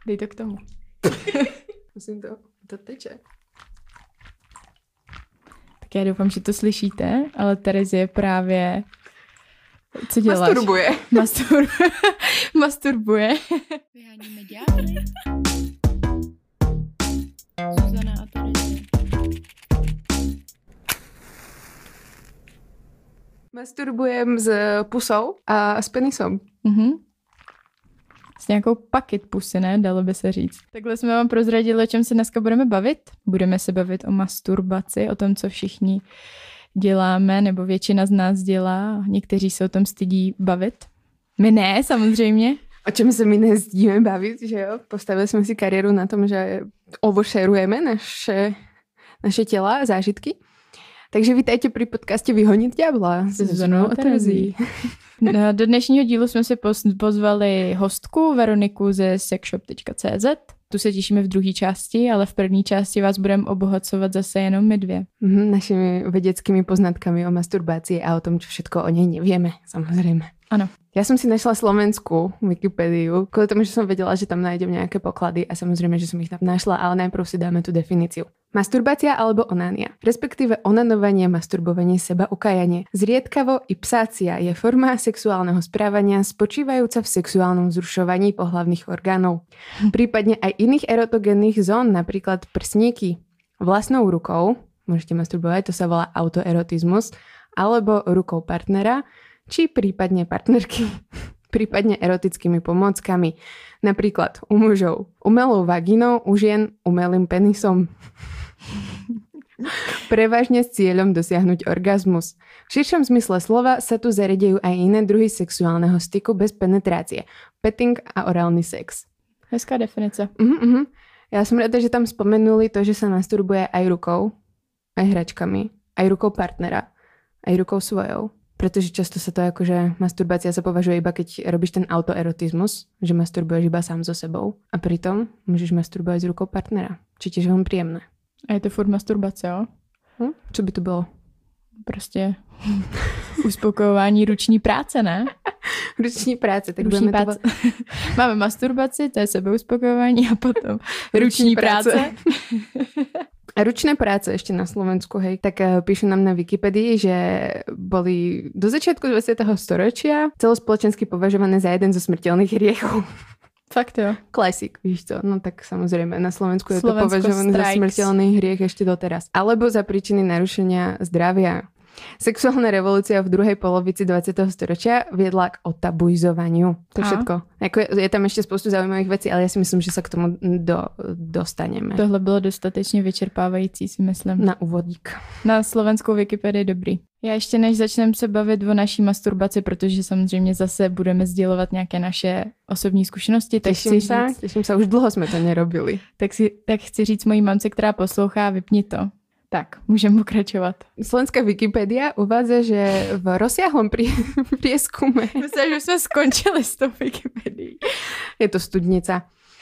Dej to k tomu. Musím to teče. Tak já doufám, že to slyšíte, ale Terezie právě... Co děláš? Masturbuje. Masturbuje. Vyháníme ďábly. Zuzana a Terezie. Masturbujem s pusou a s penisom. Mhm. S nějakou paket pusy, ne? Dalo by se říct. Takhle jsme vám prozradili, o čem se dneska budeme bavit. Budeme se bavit o masturbaci, o tom, co všichni děláme, nebo většina z nás dělá. Někteří se o tom stydí bavit. My ne, samozřejmě. O čem se my nezdíme bavit, že jo? Postavili jsme si kariéru na tom, že oversharujeme naše těla a zážitky. Takže vítajte pri podcaste Vyhonit ďábla s Zuzanou a Terezií. Do dnešního dílu jsme si pozvali hostku Veroniku ze sexshop.cz. Tu se těšíme v druhé části, ale v první části vás budeme obohacovat zase jenom my dvě. Našimi vedeckými poznatkami o masturbácii a o tom, čo všetko o nej nevieme, samozrejme. Ano. Ja som si našla slovenskú Wikipédiu, kvôli tomu, že som vedela, že tam nájdem nejaké poklady a samozrejme, že som ich tam našla, ale najprv si dáme tú definíciu. Masturbácia alebo onánia, respektíve onanovanie, masturbovanie, seba ukajanie. Zriedkavo i psácia je forma sexuálneho správania spočívajúca v sexuálnom vzrušovaní pohlavných orgánov. Prípadne aj iných erotogénnych zón, napríklad prsníky. Vlastnou rukou, môžete masturbovať, to sa volá autoerotizmus, alebo rukou partnera, či prípadne partnerky, prípadne erotickými pomôckami. Napríklad u mužov umelou vagínou, u žien umelým penisom. Prevažne s cieľom dosiahnuť orgazmus. V širšom zmysle slova sa tu zaredejú aj iné druhy sexuálneho styku bez penetrácie. Petting a orálny sex. Hezká definice. Ja som rada, že tam spomenuli to, že sa masturbuje aj rukou, aj hračkami, aj rukou partnera, aj rukou svojou. Pretože často sa to akože masturbácia sa považuje iba keď robíš ten autoerotizmus, že masturbuješ iba sám so sebou a pritom môžeš masturbovať s rukou partnera. Či tiež vám príjemné. A je to furt masturbace, jo? Čo by to bylo? Prostě uspokojování ruční práce, ne? Ruční práce. Tak ruční práce. Máme masturbaci, to je sebeuspokojování a potom ruční práce. A ručné práce ešte na Slovensku, hej, tak píšu nám na Wikipedii, že boli do začiatku 20. storočia celospoločensky považované za jeden zo smrteľných hriechov. Fakt jo. Klasik, víš to. No tak samozrejme, na Slovensku je to považované za smrteľný hriech ešte doteraz. Alebo za príčiny narušenia zdravia. Sexuálna revolúcia v druhej polovici 20. storočia viedla k otabuizovaniu. To všetko. Je tam ešte spoustu zaujímavých vecí, ale ja si myslím, že sa k tomu dostaneme. Tohle bylo dostatečně vyčerpávající, si myslím. Na úvodík. Na slovenskou Wikipedii dobrý. Já ještě než začneme se bavit o naší masturbaci, protože samozřejmě zase budeme sdělovat nějaké naše osobní zkušenosti. Těším se, už dlouho jsme to nerobili. Tak chci říct mojí mamce, která poslouchá, vypni to. Tak, můžeme pokračovat. Slovenská Wikipédia uvádza, že v rozsiahlom prieskume... Myslím, že jsme skončili s tou Wikipedií. Je to studnica.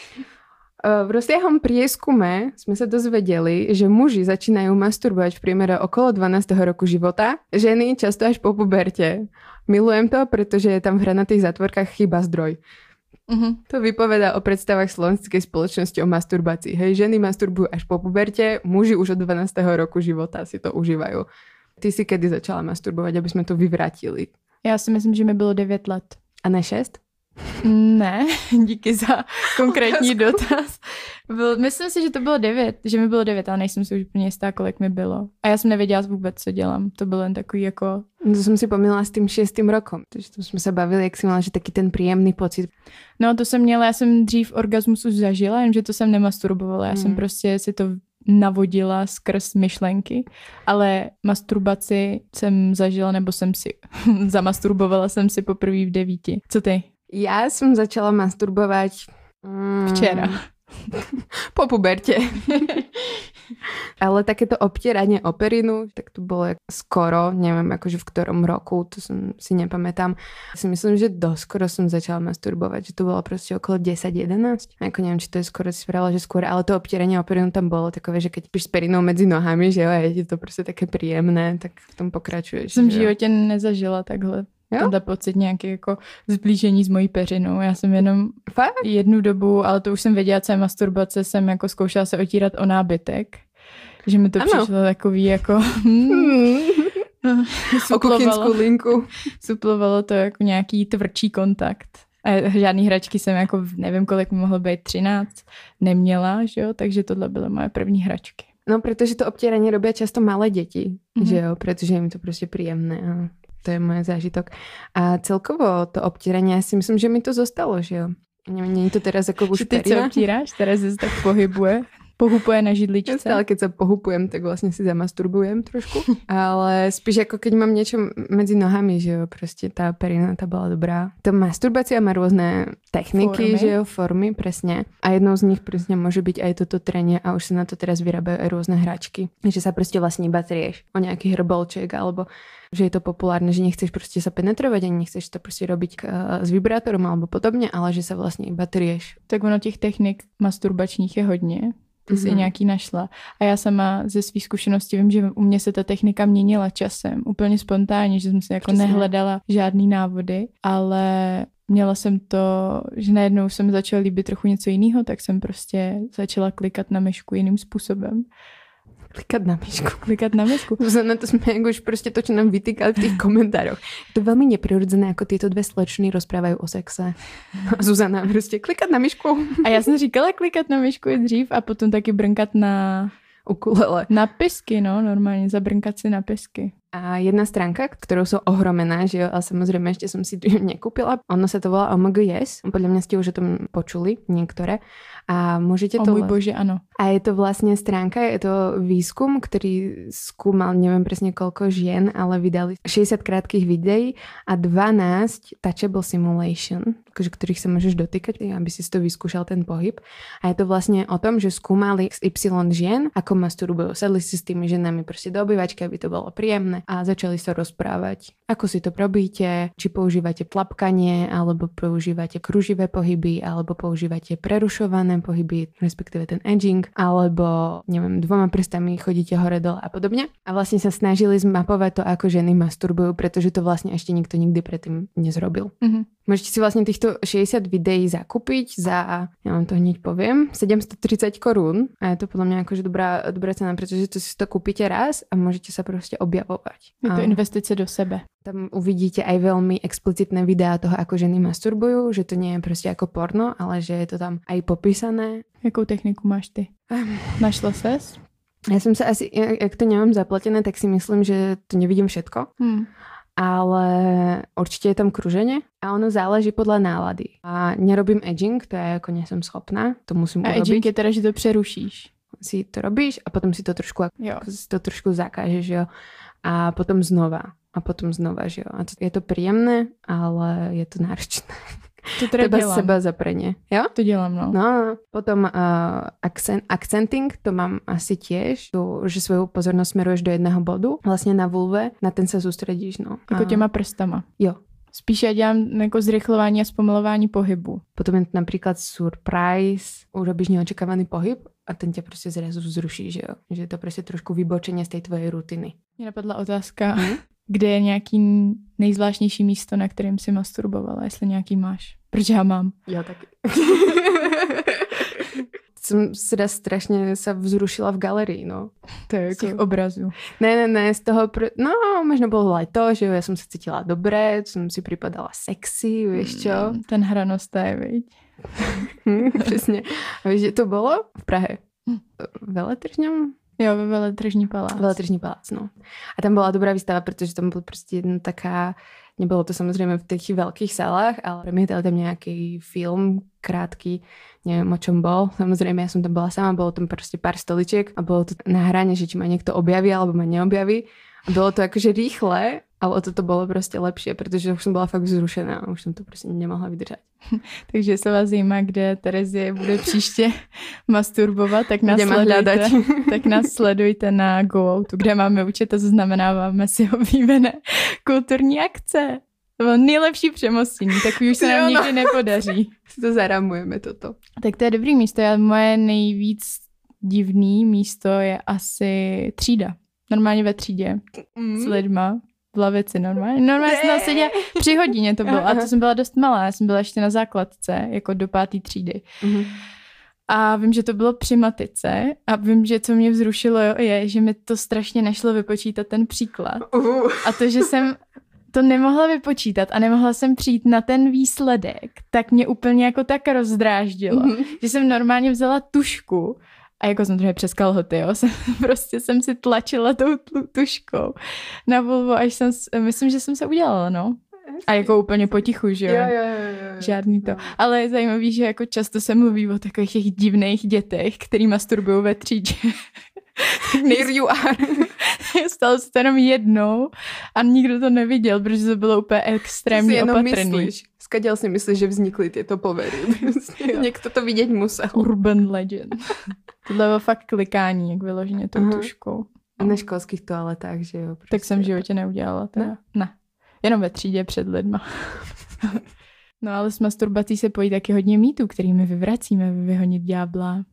V rozsiahlom prieskume sme sa dozvedeli, že muži začínajú masturbovať v priemere okolo 12. roku života, ženy často až po puberte. Milujem to, pretože je tam v hranatých zátvorkách chýba zdroj. To vypovedá o predstavách slovenskej spoločnosti o masturbácii. Hej, ženy masturbujú až po puberte, muži už od 12. roku života si to užívajú. Ty si kedy začala masturbovať, aby sme to vyvrátili? Já si myslím, že mi bylo 9 let. A ne 6? Ne, díky za konkrétní dotaz. Myslím si, že to bylo 9, že mi bylo 9, ale nejsem si už úplně jistá, kolik mi bylo. A já jsem nevěděla vůbec, co dělám. To bylo jen takový jako... To jsem si pomínala s tím 6. rokom. Takže to jsme se bavili, jak si měla, že taky ten příjemný pocit. No to jsem měla, já jsem dřív orgasmus už zažila, jenže to jsem nemasturbovala. Já jsem prostě si to navodila skrz myšlenky, ale masturbaci jsem zažila, nebo jsem si zamasturbovala jsem si poprvé v 9. Co ty? Ja som začala masturbovať včera. Po puberte. Ale takéto obtieranie o perinu, tak to bolo skoro, neviem akože v ktorom roku, to som si nepamätám. Ja si myslím, že doskoro som začala masturbovať, že to bolo proste okolo 10-11. Ako neviem, či to je skoro, si vrala, že skôr, ale to obtieranie o perinu tam bolo takové, že keď píš s perinou medzi nohami, že jo, a je to proste také príjemné, tak v tom pokračuješ. Som v živote nezažila takhle tenhle pocit nějaký jako zblížení s mojí peřinou. Já jsem jenom jednu dobu, ale to už jsem věděla, co je masturbace, jsem jako zkoušela se otírat o nábytek. Že mi to přišlo takový jako... O kuchyňskou linku. Suplovalo to jako nějaký tvrdší kontakt. A žádný hračky jsem jako, nevím, kolik mi mohlo být, 13, neměla, že jo? Takže tohle byly moje první hračky. No, protože to obtieranie robia často malé deti, že jo? Protože im to prostě príjemné. A to je moje zážitok. A celkovo to obtieranie, ja si myslím, že mi to zostalo, že jo? Není to teraz ako už ty co obtíráš? Teraz se tak pohupuje na židličce. Stále, keď sa pohupujem, tak vlastne si zamasturbujem trošku. Ale spíš ako keď mám niečo medzi nohami, že jo, proste tá perina, tá bola dobrá. Tá masturbácia má rôzne techniky, že jo, formy, presne. A jednou z nich presne môže byť aj toto trenie a už sa na to teraz vyrábajú aj rôzne hračky. Že sa proste vlastne iba trieš o nejaký hrbolček, alebo že je to populárne, že nechceš proste sa penetrovať ani nechceš to proste robiť s vibrátorom alebo podobne, ale že sa vlastne iba trieš. Tak ono těch technik masturbačních je hodně. Ty jsi nějaký našla. A já sama ze svých zkušeností vím, že u mě se ta technika měnila časem. Úplně spontánně, že jsem si jako nehledala žádný návody, ale měla jsem to, že najednou jsem začala líbit trochu něco jiného, tak jsem prostě začala klikat na myšku jiným způsobem. Klikať na myšku. Zuzana, to sme už proste to, čo nám vytýkali v tých komentároch. Je to veľmi neprirodzené, ako tieto dve slečny rozprávajú o sexe. A Zuzana proste klikať na myšku. A já jsem říkala klikat na myšku i dřív a potom taky brnkat na ukulele. Na pisky, no, normálně zabrnkat si na pisky. A jedna stránka, ktorou som ohromená, že jo, a samozrejme ešte som si ju nekúpila. Ono sa to volá OMG Yes. Podľa mňa ste už o tom počuli niektoré. A môžete to... O môj bože, áno. A je to vlastne stránka, je to výskum, ktorý skúmal, neviem presne koľko žien, ale vydali 60 krátkých videí a 12 touchable simulation, ktorých sa môžeš dotýkať, aby si to vyskúšal ten pohyb. A je to vlastne o tom, že skúmali XY žien, ako masturbujú. Sadli si s tými ženami proste do obývačky, aby to bolo príjemné. A začali sa rozprávať, ako si to robíte, či používate tlapkanie, alebo používate kruživé pohyby, alebo používate prerušované pohyby, respektíve ten edging, alebo, neviem, 2 prstami chodíte hore-dole a podobne. A vlastne sa snažili zmapovať to, ako ženy masturbujú, pretože to vlastne ešte nikto nikdy predtým nezrobil. Môžete si vlastne týchto 60 videí zakúpiť za, ja vám to hneď poviem, 730 korún. A je to podľa mňa akože dobrá cena, pretože to si to kúpite raz a môžete sa proste objavovať. Je to investice do sebe. Tam uvidíte aj veľmi explicitné videá toho, ako ženy masturbujú, že to nie je proste ako porno, ale že je to tam aj popísané. Jakou techniku máš ty? Našla ses? Ja som sa asi, jak to nemám zaplatené, tak si myslím, že to nevidím všetko. Ale určite je tam kruženie a ono záleží podľa nálady. A nerobím edging, to je ako nie som schopná, to musím urobiť. A edging je teda, že to přerušíš. Si to robíš a potom si to trošku zakážeš, jo. A potom znova. Že jo. A je to príjemné, ale je to náročné. To teda dělám. Seba zaprenie. Jo? To dělám, no. No, potom accenting, to mám asi tiež, že svoju pozornosť smeruješ do jedného bodu, vlastne na vulve, na ten sa sústredíš, no. Jako těma prstama. Jo. Spíš já dělám jako zrychlování a zpomalování pohybu. Potom je napríklad surprise, urobíš neočakávaný pohyb a ten ťa prostě zrazu vzruší, že jo. Že je to prostě trošku vybočenie z tej tvojej rutiny. Mě napadla otázka, kde je nějaký nejzvláštnější místo, na kterém si masturbovala, jestli nějaký máš. Protože já mám. Já taky. Som teda strašne sa vzrušila v galerii, no. To je jako obrazu. Ne, z toho, no, možno bolo aj to, že ja som sa cítila dobre, som si pripadala sexy, vieš čo. Ten hranostaj, viď? Presne. A vieš, že to bolo v Prahe? Veletržňom? Jo, ve Veletržní palác. Veletržní palác, no. A tam bola dobrá výstava, pretože tam bol proste jedna taká, nebolo to samozrejme v tých veľkých salách, ale premietali tam nejaký film krátky, neviem o čom bol. Samozrejme, ja som tam bola sama, bolo tam proste pár stoličiek a bolo to na hrane, že či ma niekto objaví alebo ma neobjaví. A bolo to akože rýchle, ale toto bolo proste lepšie, pretože už som bola fakt vzrušená a už som to proste nemohla vydržať. Takže se vás zajímá, kde Terezie bude příště masturbovat, tak nás sledujte na GoOutu, kde máme účet a zaznamenáváme si oblíbené kulturní akce. To bylo nejlepší přemostění, takový už se nám nikdy nepodaří. Si to zaramujeme toto. Tak to je dobrý místo. Moje nejvíc divný místo je asi třída. Normálně ve třídě s lidma. v lavici normálně. Normálně jsem tam seděla, 3 hodině to bylo a to jsem byla dost malá, já jsem byla ještě na základce, jako do 5. třídy. A vím, že to bylo při matice a vím, že co mě vzrušilo je, že mi to strašně nešlo vypočítat ten příklad. A to, že jsem to nemohla vypočítat a nemohla jsem přijít na ten výsledek, tak mě úplně jako tak rozdráždilo, že jsem normálně vzala tužku a jako jsem trochu přes kalhoty, jo, jsem si tlačila tou tužkou na vulvu, až myslím, že jsem se udělala, no. A jako úplně potichu, že jo? Jo. Žádný to. Ale je zajímavý, že jako často se mluví o takových těch divných dětech, který masturbují ve třídě. Here you are. Stalo se to jenom jednou a nikdo to neviděl, protože to bylo úplně extrémně opatrný. Skadiaľ si myslíš, že vznikly tyto pověry? Někdo to vidět musel. Urban legend. Tohle bylo fakt klikání, jak vyloženě tou tužkou. A na školských toaletách, že jo? Prostě. Tak jsem v životě neudělala teda. Ne. Jenom ve třídě před lidma. No ale s masturbací se pojí taky hodně mýtů, kterými vyvracíme vyhonit ďábla.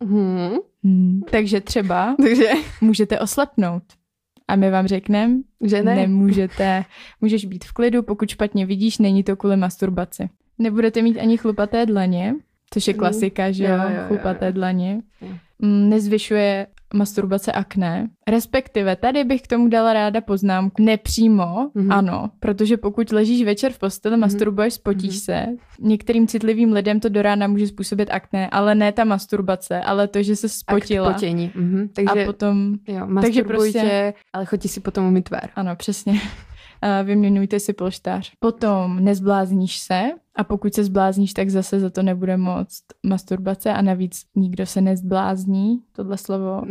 Takže třeba můžete oslepnout. A my vám řekneme, že ne. Nemůžete. Můžeš být v klidu, pokud špatně vidíš, není to kvůli masturbaci. Nebudete mít ani chlupaté dlaně, což je klasika, že jo? Chlupaté dlaně. Nezvyšuje masturbace akné. Respektive tady bych k tomu dala ráda poznámku. Nepřímo, ano, protože pokud ležíš večer v posteli, masturbuješ, spotíš se. Některým citlivým lidem to do rána může způsobit akné, ale ne ta masturbace, ale to, že se spotila. Potení. Takže, a potom... Jo, masturbujte, prostě, ale chodí si potom umýt tvár. Ano, přesně. Vyměňujte si polštář. Potom nezblázníš se a pokud se zblázníš, tak zase za to nebude moc masturbace a navíc nikdo se nezblázní, tohle slovo.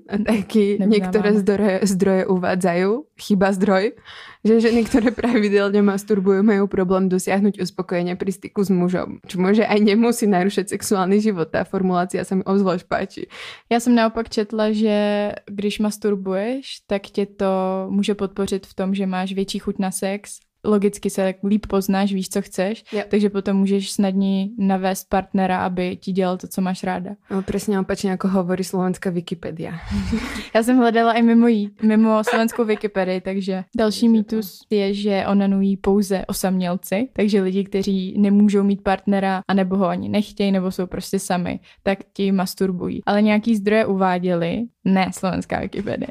Taky některé zdroje uvádzají, chyba zdroj, že ženy, které pravidelně masturbují, mají problém dosáhnout uspokojení při styku s mužem. Čo může aj nemusí narušit sexuální život. Ta formulace se mi obzvlášť páči. Já jsem naopak četla, že když masturbuješ, tak tě to může podpořit v tom, že máš větší chuť na sex. Logicky se líp poznáš, víš, co chceš, takže potom můžeš snadněji navést partnera, aby ti dělal to, co máš ráda. No, přesně opačně, jako hovorí slovenská Wikipedia. Já jsem hledala i mimo slovenskou Wikipedii, takže další mýtus je, že onanují pouze osamělci, takže lidi, kteří nemůžou mít partnera, anebo ho ani nechtějí, nebo jsou prostě sami, tak ti masturbují. Ale nějaký zdroje uváděli, ne slovenská Wikipedie.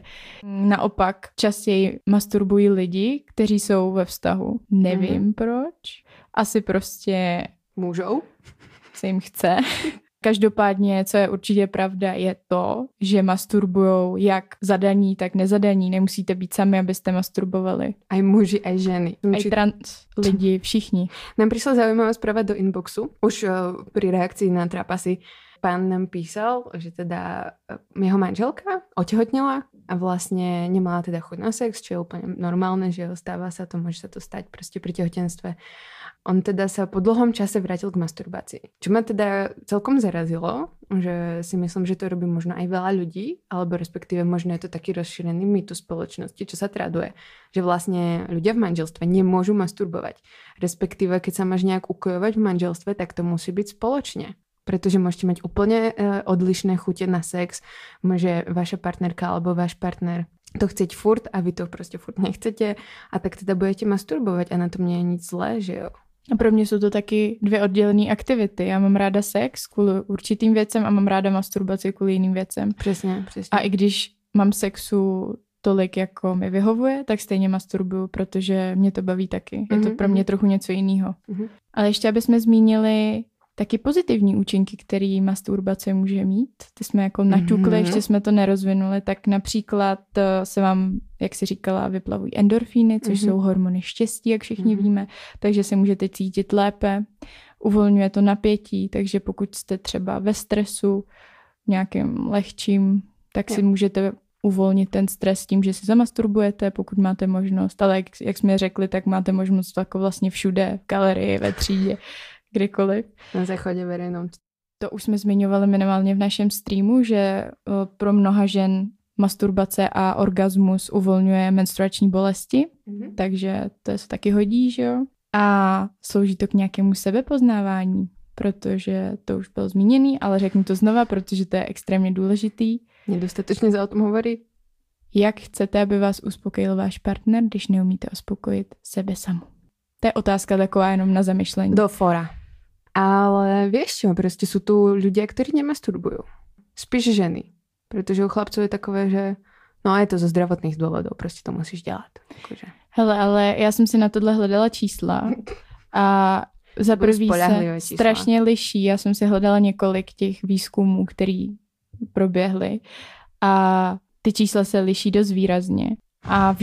Naopak častěji masturbují lidi, kteří jsou ve vztahu. Nevím proč. Asi prostě můžou. Se jim chce. Každopádně, co je určitě pravda, je to, že masturbujou jak zadaní, tak nezadaní. Nemusíte být sami, abyste masturbovali. Aj muži, aj ženy. Aj trans lidi, všichni. Nám přišla zaujímavá zpráva do inboxu. Už pri reakcii na trapasy pán nám písal, že teda jeho manželka otehotnela a vlastne nemala teda chuť na sex, čo je úplne normálne, že stáva sa to, môže sa to stať proste pri tehotenstve. On teda sa po dlhom čase vrátil k masturbácii. Čo ma teda celkom zarazilo, že si myslím, že to robí možno aj veľa ľudí, alebo respektíve možno je to taký rozšírený mýtus spoločnosti, čo sa traduje, že vlastne ľudia v manželstve nemôžu masturbovať. Respektíve, keď sa máš nejak ukojovať v manželstve, tak to musí byť spoločne. Pretože môžete mať úplne odlišné chute na sex. Môže vaša partnerka alebo váš partner to chceť furt a vy to prostě furt nechcete a tak teda budete masturbovať a na tom nie je nic zlé, že jo? A pro mě jsou to taky 2 oddělené aktivity. Já mám ráda sex kvůli určitým věcem a mám ráda masturbaci kvůli jiným věcem. Přesně. A i když mám sexu tolik, jako mi vyhovuje, tak stejně masturbuju, protože mě to baví taky. Je to pro mě trochu něco jiného. Ale ještě, aby jsme zmínili taky pozitivní účinky, který masturbace může mít. Ty jsme jako naťukli, ještě jsme to nerozvinuli, tak například se vám, jak si říkala, vyplavují endorfíny, což jsou hormony štěstí, jak všichni víme, takže se můžete cítit lépe, uvolňuje to napětí, takže pokud jste třeba ve stresu, nějakým lehčím, tak si můžete uvolnit ten stres tím, že si zamasturbujete, pokud máte možnost, ale jak jsme řekli, tak máte možnost jako vlastně všude, v galerii, ve třídě, kdekoliv. Na záchodě verejnom. To už jsme zmiňovali minimálně v našem streamu, že pro mnoha žen masturbace a orgasmus uvolňuje menstruační bolesti, takže to se taky hodí, že jo? A slouží to k nějakému sebepoznávání, protože to už bylo zmíněný, ale řeknu to znova, protože to je extrémně důležitý. Nedostatečně se o tom hovorí? Jak chcete, aby vás uspokojil váš partner, když neumíte uspokojit sebe samu? To je otázka taková jenom na zamyšlení. Do fora. Ale vieš čo, proste sú tu ľudia, ktorí nemasturbujú. Spíš ženy. Pretože u chlapcov je takové, že no a je to zo zdravotných dôvodov, proste to musíš dělat. Akože. Hele, ale já jsem si na tohle hledala čísla a za prvý se strašně liší. Já jsem si hledala několik těch výzkumů, který proběhly a ty čísla se liší dost výrazně. A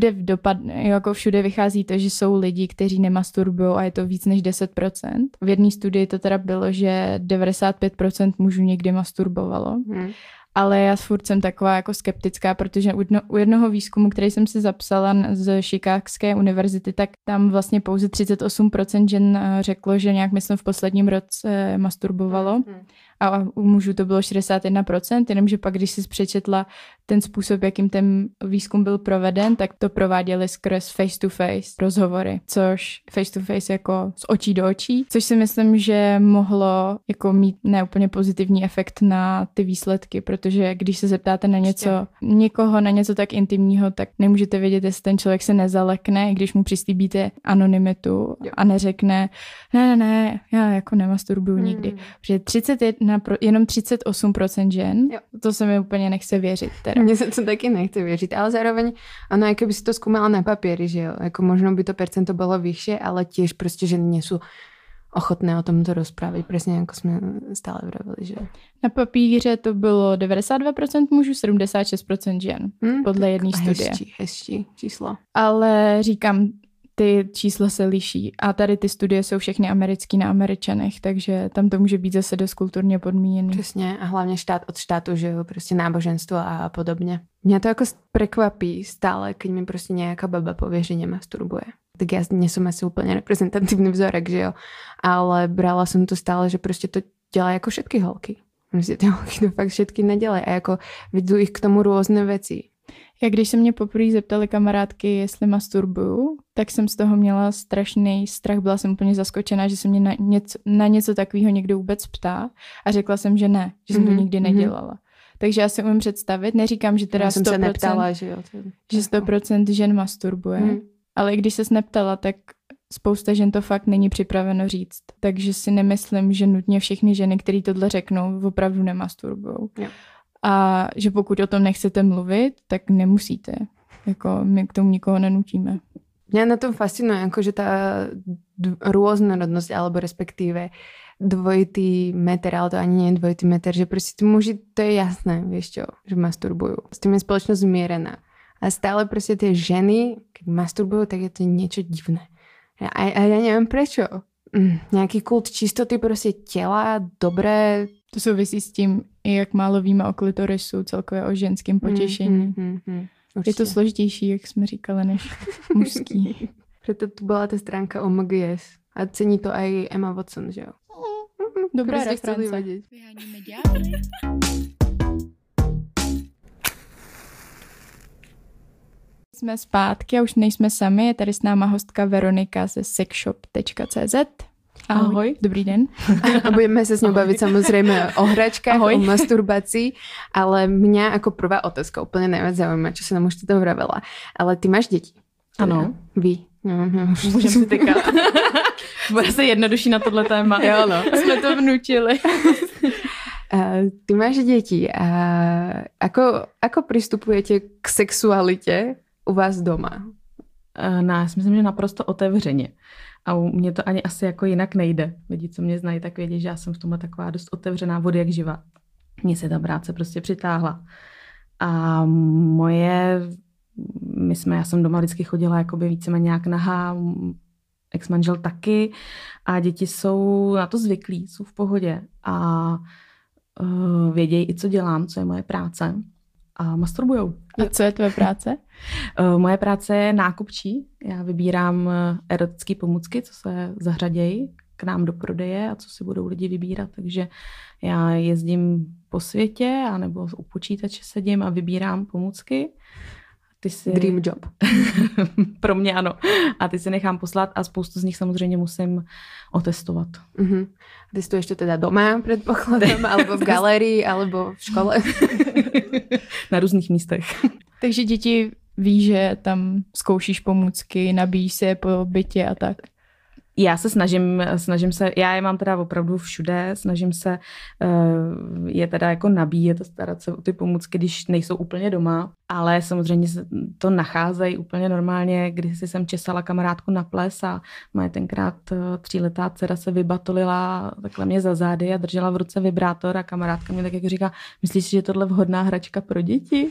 všude vychází to, že jsou lidi, kteří nemasturbují a je to víc než 10%. V jedné studii to teda bylo, že 95% mužů někdy masturbovalo. Ale já furt jsem taková jako skeptická, protože u jednoho výzkumu, který jsem si zapsala z Chicagské univerzity, tak tam vlastně pouze 38% žen řeklo, že nějak myslím v posledním roce masturbovalo. A u mužů to bylo 61%, jenomže pak, když jsi přečetla ten způsob, jakým ten výzkum byl proveden, tak to prováděli skrz face-to-face rozhovory, což face-to-face jako z očí do očí, což si myslím, že mohlo jako mít neúplně pozitivní efekt na ty výsledky, protože když se zeptáte na někoho na něco tak intimního, tak nemůžete vědět, jestli ten člověk se nezalekne, i když mu přislíbíte anonymitu a neřekne, ne, já jako nemasturbuju nikdy. Protože jenom 38% žen, to se mi úplně nechce věřit. Teda. Mne sa to taky nechce věřit, ale zároveň, ano, jako by si to skúmala na papieri, že jo, jako možno by to percento bylo vyššie, ale tiež prostě ženy nie sú ochotné o tomto rozprávať, presne jako jsme stále vravili, že na papíře to bylo 92% mužů, 76% žen, podle jedné studie. Hezčí číslo. Ale říkám, ty čísla se liší a tady ty studie jsou všechny americký na Američanech, takže tam to může být zase dost kulturně podmíněný. Přesně a hlavně štát od štátu, že jo, prostě náboženstvo a podobně. Mňa to jako prekvapí stále, keď mi prostě nějaká baba povie, že nemasturbuje. Tak já nie som asi úplně reprezentatívny vzorek, že jo, ale brala som to stále, že prostě to dělá jako všetky holky. Prostě ty holky to fakt všetky nedělají a jako vidú ich k tomu různé věci. Jak když se mě poprvé zeptali kamarádky, jestli masturbuju, tak jsem z toho měla strašný strach. Byla jsem úplně zaskočená, že se mě na něco takového někdo vůbec ptá a řekla jsem, že ne, že jsem to nikdy nedělala. Takže já si umím představit, neříkám, že teda 100%, se neptala, že 100% žen masturbuje, ale i když ses neptala, tak spousta žen to fakt není připraveno říct. Takže si nemyslím, že nutně všechny ženy, které tohle řeknou, opravdu nemasturbujou. A že pokud o tom nechcete mluvit, tak nemusíte. Jako my k tomu nikoho nenutíme. Mňa na tom fascinuje, akože tá rôznorodnosť, alebo respektíve dvojitý meter, ale to ani nie je dvojitý meter, že proste tí muži, to je jasné, vieš čo, že masturbujú. S tým je spoločnosť zmierená. A stále proste tie ženy, keď masturbujú, tak je to niečo divné. A ja neviem prečo. Nejaký kult čistoty proste tela, dobré. To souvisí s tím, jak málo víme o klitorisu, celkově o ženském potěšení. Je to složitější, jak jsme říkali, než mužský. Proto tu byla ta stránka OMGS. A cení to aj Emma Watson, že jo? Dobrá reference. Vyháníme ďábly. Jsme zpátky a už nejsme sami. Je tady s náma hostka Veronika ze sexshop.cz. Ahoj. Dobrý den. A budeme sa s ňou baviť samozrejme o hračkách, o masturbácii, ale mňa ako prvá otázka úplne najviac zaujíma, čo sa nám už teda vravela. Ale ty máš deti? Ano. Vy? Můžeme si tykat. Bude se jednodušší na tohle téma. Jo, no. Jsme to vnutili. Ty máš deti a ako pristupujete k sexualitě u vás doma? Já si myslím, že naprosto otevřeně. A u mě to ani asi jako jinak nejde. Lidi, co mě znají, tak vědí, že já jsem v tomhle taková dost otevřená vody jak živa. Mně se ta práce prostě přitáhla. A já jsem doma vždycky chodila jakoby víceméně nějak nahá, ex-manžel taky a děti jsou na to zvyklí, jsou v pohodě a vědějí i, co dělám, co je moje práce a masturbujou. A co je tvoje práce? Moje práce je nákupčí. Já vybírám erotické pomůcky, co se zařadějí k nám do prodeje a co si budou lidi vybírat. Takže já jezdím po světě anebo u počítače sedím a vybírám pomůcky. Dream job. Pro mě ano. A ty si nechám poslat a spoustu z nich samozřejmě musím otestovat. Testuješ to teda doma, predpokladám, alebo v galerii, alebo v škole? Na různých místech. Takže děti ví, že tam zkoušíš pomůcky, nabíjíš se po bytě a tak. Já se snažím se, já je mám teda opravdu všude, snažím se je teda jako nabíjet a starat se o ty pomůcky, když nejsou úplně doma, ale samozřejmě se to nacházejí úplně normálně, když jsem česala kamarádku na ples a moje tenkrát 3letá dcera se vybatolila takhle mě za zády a držela v ruce vibrátor a kamarádka mě tak jako říká, myslíš, že je tohle vhodná hračka pro děti?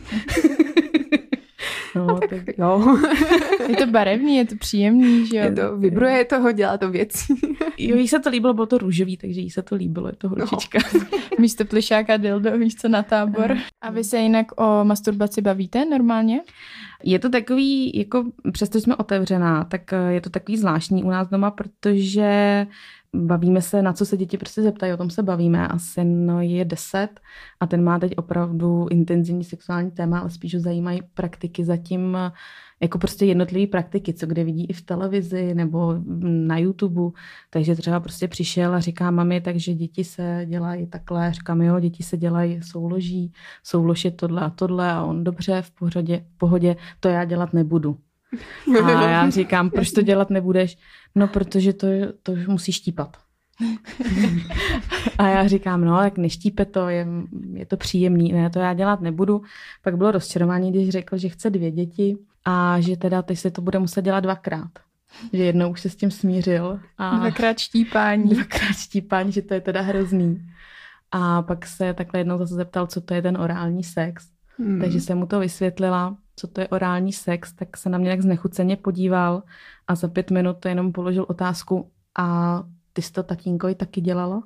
No, tak jo. Je to barevný, je to příjemný, že jo? Vibruje toho, dělá to věci. Jo, jí se to líbilo, bylo to růžový, takže jí se to líbilo, je to holčička. No. Místo plišáka dildo, víš co, na tábor. A vy se jinak o masturbaci bavíte normálně? Je to takový, jako přesto jsme otevřená, tak je to takový zvláštní u nás doma, protože bavíme se, na co se děti prostě zeptají, o tom se bavíme a syn je 10 a ten má teď opravdu intenzivní sexuální téma, ale spíš ho zajímají praktiky zatím, jako prostě jednotlivé praktiky, co kde vidí i v televizi nebo na YouTube. Takže třeba prostě přišel a říká mami, takže děti se dělají takhle. Říkám, jo, děti se dělají souloží, soulož je tohle a tohle a on dobře, v pohodě, to já dělat nebudu. A já říkám, proč to dělat nebudeš? No, protože to musí štípat. A já říkám, no, jak neštípe to, je to příjemný, ne, to já dělat nebudu. Pak bylo rozčarování, když řekl, že chce 2 děti a že teda teď se to bude muset dělat 2krát. Že jednou už se s tím smířil. A 2krát štípání. 2krát štípání, že to je teda hrozný. A pak se takhle jednou zase zeptal, co to je ten orální sex. Takže jsem mu to vysvětlila, co to je orální sex, tak se na mě tak znechuceně podíval a za 5 minut to jenom položil otázku a ty jsi to tatínkovi taky dělala?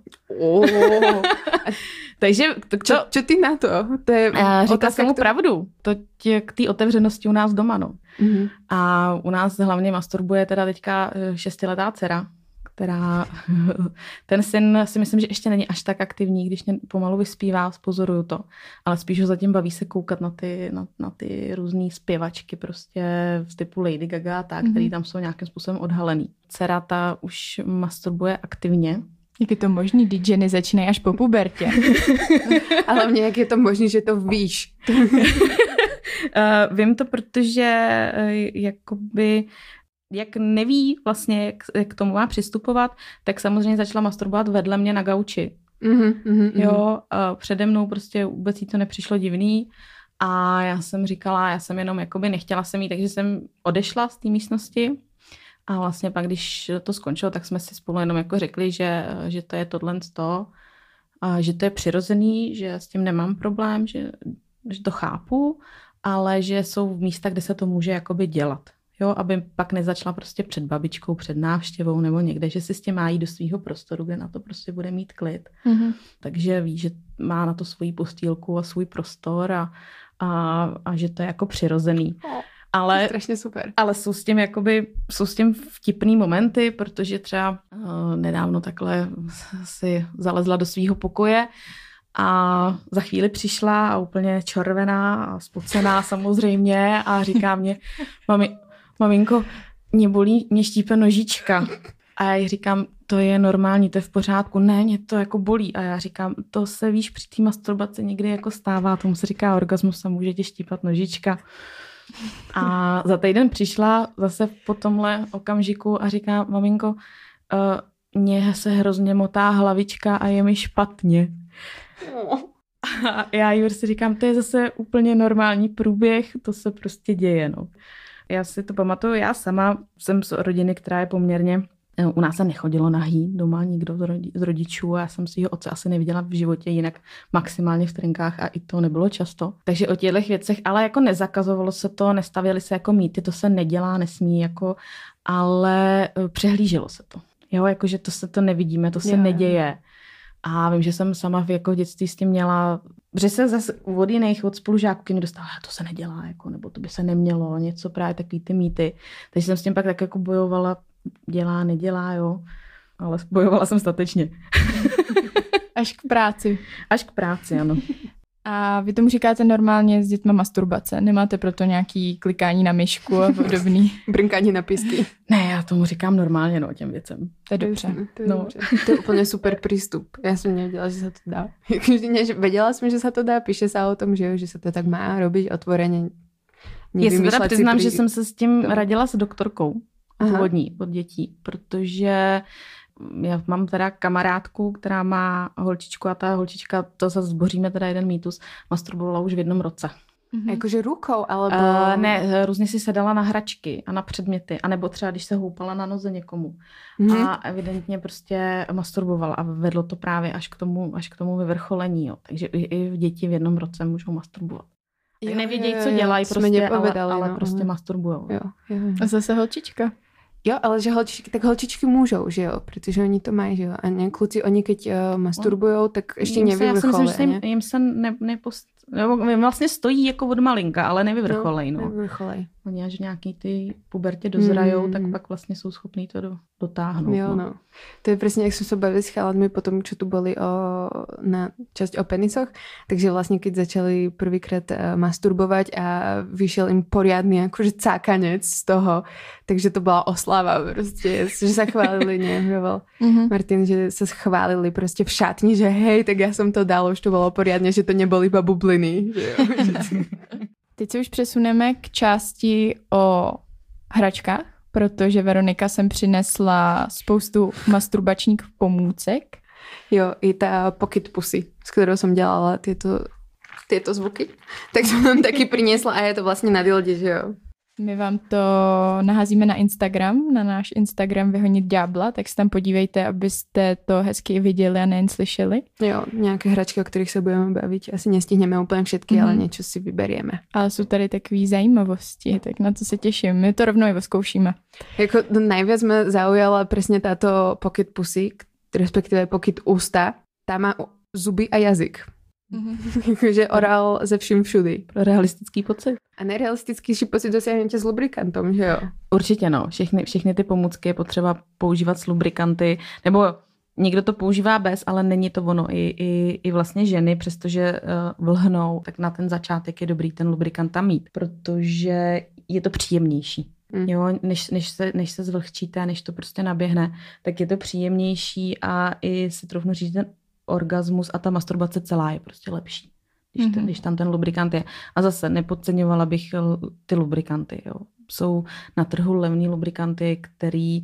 Takže čo ty na to? To je říkala jsem mu pravdu. To je k té otevřenosti u nás doma, no. Mm-hmm. A u nás hlavně masturbuje teda teďka 6letá dcera, která ten syn si myslím, že ještě není až tak aktivní, když mě pomalu vyspívá, spozoruju to, ale spíš ho zatím baví se koukat na ty různý zpěvačky prostě v typu Lady Gaga a tak, který tam jsou nějakým způsobem odhalený. Dcera ta už masturbuje aktivně. Jak je to možný, když ženy začínají až po pubertě? A hlavně, jak je to možný, že to víš? Vím to, protože jakoby jak neví vlastně, jak k tomu má přistupovat, tak samozřejmě začala masturbovat vedle mě na gauči. Jo, přede mnou prostě vůbec jí to nepřišlo divný a já jsem říkala, já jsem jenom jakoby nechtěla jsem jí, takže jsem odešla z té místnosti a vlastně pak, když to skončilo, tak jsme si spolu jenom jako řekli, že to je tohle a že to je přirozený, že s tím nemám problém, že to chápu, ale že jsou v místech, kde se to může jakoby dělat. Jo, aby pak nezačala prostě před babičkou, před návštěvou nebo někde, že si s tím má jít do svého prostoru, kde na to prostě bude mít klid. Mm-hmm. Takže ví, že má na to svoji postýlku a svůj prostor a že to je jako přirozený. Ale, strašně super. Ale jsou s tím vtipný momenty, protože třeba nedávno takhle si zalezla do svého pokoje a za chvíli přišla a úplně červená a spocená samozřejmě a říká mě, maminko, mě štípe nožička. A já jí říkám, to je normální, to je v pořádku. Ne, mě to jako bolí. A já říkám, to se víš, při té masturbaci někdy jako stává, tomu se říká orgasmus a může tě štípat nožička. A za týden přišla zase po tomhle okamžiku a říká, maminko, mně se hrozně motá hlavička a je mi špatně. A já jí prostě říkám, to je zase úplně normální průběh, to se prostě děje, no. Já si to pamatuju, já sama jsem z rodiny, která je poměrně, u nás se nechodilo nahý doma nikdo z rodičů a já jsem svýho otce asi neviděla v životě jinak maximálně v trenkách a i to nebylo často. Takže o těchto věcech, ale jako nezakazovalo se to, nestavěly se jako mýty, to se nedělá, nesmí, jako, ale přehlíželo se to. Jo, jakože to nevidíme, to se neděje. A vím, že jsem sama jako v dětství s tím měla, že se zase od jiných, od spolužáků mě dostala, to se nedělá, jako, nebo to by se nemělo, něco právě takový ty mýty. Takže jsem s tím pak tak jako bojovala, dělá, nedělá, jo. Ale bojovala jsem statečně. Až k práci. Až k práci, ano. A vy tomu říkáte normálně s dětma masturbace? Nemáte proto nějaký klikání na myšku a podobný? Brnkání na písky? Ne, já tomu říkám normálně, no, těm věcem. To je dobře. To je úplně super prístup. Já jsem nevěděla, že se to dá. Věděla jsem, že se to dá, píše se o tom, že se to tak má robiť otvoreně. Já se teda přiznám, že jsem se s tím radila s doktorkou původní od dětí, protože já mám teda kamarádku, která má holčičku a ta holčička, to zase zboříme teda jeden mýtus, masturbovala už v 1 roce. Jakože rukou, alebo... Ne, různě si sedala na hračky a na předměty, anebo třeba když se houpala na noze někomu. A evidentně prostě masturbovala a vedlo to právě až k tomu vyvrcholení. Jo. Takže i děti v 1 roce můžou masturbovat. Tak nevědějí, co dělají, prostě, ale prostě masturbujou. Jo. A zase holčička. Jo, ale že holčičky můžou, že jo, protože oni to mají, že jo. A ne, kluci, oni keď masturbujou, tak ještě nevyvrcholí. Já si myslím, že jim se vlastně stojí jako od malinka, ale nevyvrcholej. Nevyvrcholej. Oni až nějaký ty pubertě dozrajou, tak pak vlastně jsou schopní to dotáhnout. Jo, no. To je presne, jak sme sa bavili s chalanmi potom, čo tu boli na časť o penisoch, takže vlastne keď začali prvýkrát masturbovať a vyšiel im poriadny akože cákanec z toho, takže to bola oslava proste, že sa chválili, nehovoral Martin, že sa chválili proste v šatni, že hej, tak ja som to dal, už to bolo poriadne, že to neboli iba bubliny. Teď se už přesuneme k části o hračkách, protože Veronika sem přinesla spoustu masturbačních pomůcek. Jo, i ta pocket pussy, s kterou jsem dělala tyto zvuky. Tak jsem tam taky přinesla a je to vlastně na dilde, že jo. My vám to naházíme na Instagram, na náš Instagram Vyhonit ďábla, tak se tam podívejte, abyste to hezky viděli a nejen slyšeli. Jo, nějaké hračky, o kterých se budeme bavit. Asi nestihneme úplně všetky, ale něco si vyberieme. Ale jsou tady takové zajímavosti, tak na to se těším. My to rovnou i vyzkoušíme. Jako najviac mě zaujala přesně táto pocket pussy, respektive pocket ústa. Tá má zuby a jazyk. Jakože orál ze vším všudy. Pro realistický pocit. A nerealistický pocit dosiahnete s lubrikantom, že jo? Určitě no. Všechny ty pomůcky je potřeba používat s lubrikanty, nebo někdo to používá bez, ale není to ono. I vlastně ženy, přestože vlhnou, tak na ten začátek je dobrý ten lubrikant tam mít, protože je to příjemnější. Jo, než se zvlhčíte, než to prostě naběhne, tak je to příjemnější a i si troufnu říct, ten orgasmus a ta masturbace celá je prostě lepší, když tam ten lubrikant je. A zase nepodceňovala bych ty lubrikanty. Jo. Jsou na trhu levný lubrikanty, který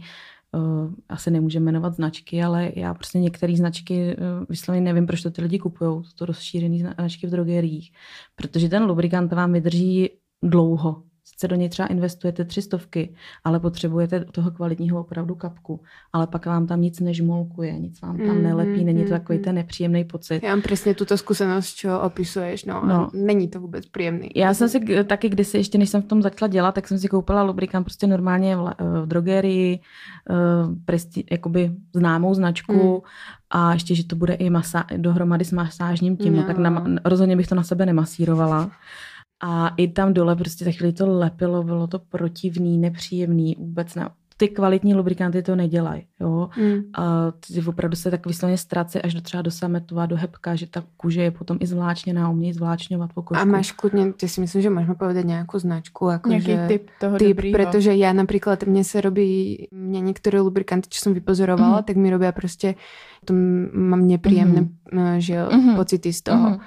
asi nemůžeme jmenovat značky, ale já prostě některé značky vysloveně nevím, proč to ty lidi kupujou. Jsou to rozšířené značky v drogeriích, protože ten lubrikant vám vydrží dlouho. Sice do něj třeba investujete 300, ale potřebujete toho kvalitního opravdu kapku, ale pak vám tam nic nežmolkuje, nic vám tam nelepí, není to takový ten nepříjemný pocit. Já mám přesně tuto zkušenost, čo opisuješ, no. Není to vůbec příjemný. Já jsem si taky kdysi, ještě než jsem v tom začala dělat, tak jsem si koupila lubrikant prostě normálně v drogerii, jakoby známou značku a ještě, že to bude i dohromady s masážním tím, tak rozhodně bych to na sebe nemasírovala. A i tam dole prostě za chvíli to lepilo, bylo to protivný, nepříjemný, vůbec ne. Ty kvalitní lubrikanty to nedělají, jo. A ty opravdu se tak vysloveně ztrácí až třeba do sametu a do hebka, že ta kůže je potom i zvláčněná, umějí zvláčňovat po kožku. A máš kludně, ty si myslím, že můžeme povedať nějakou značku, jako nějaký typ toho dobrýho. Protože já například, mně některé lubrikanty, čo jsem vypozorovala, tak mi robia prostě, to mám nepříjemné pocity z toho.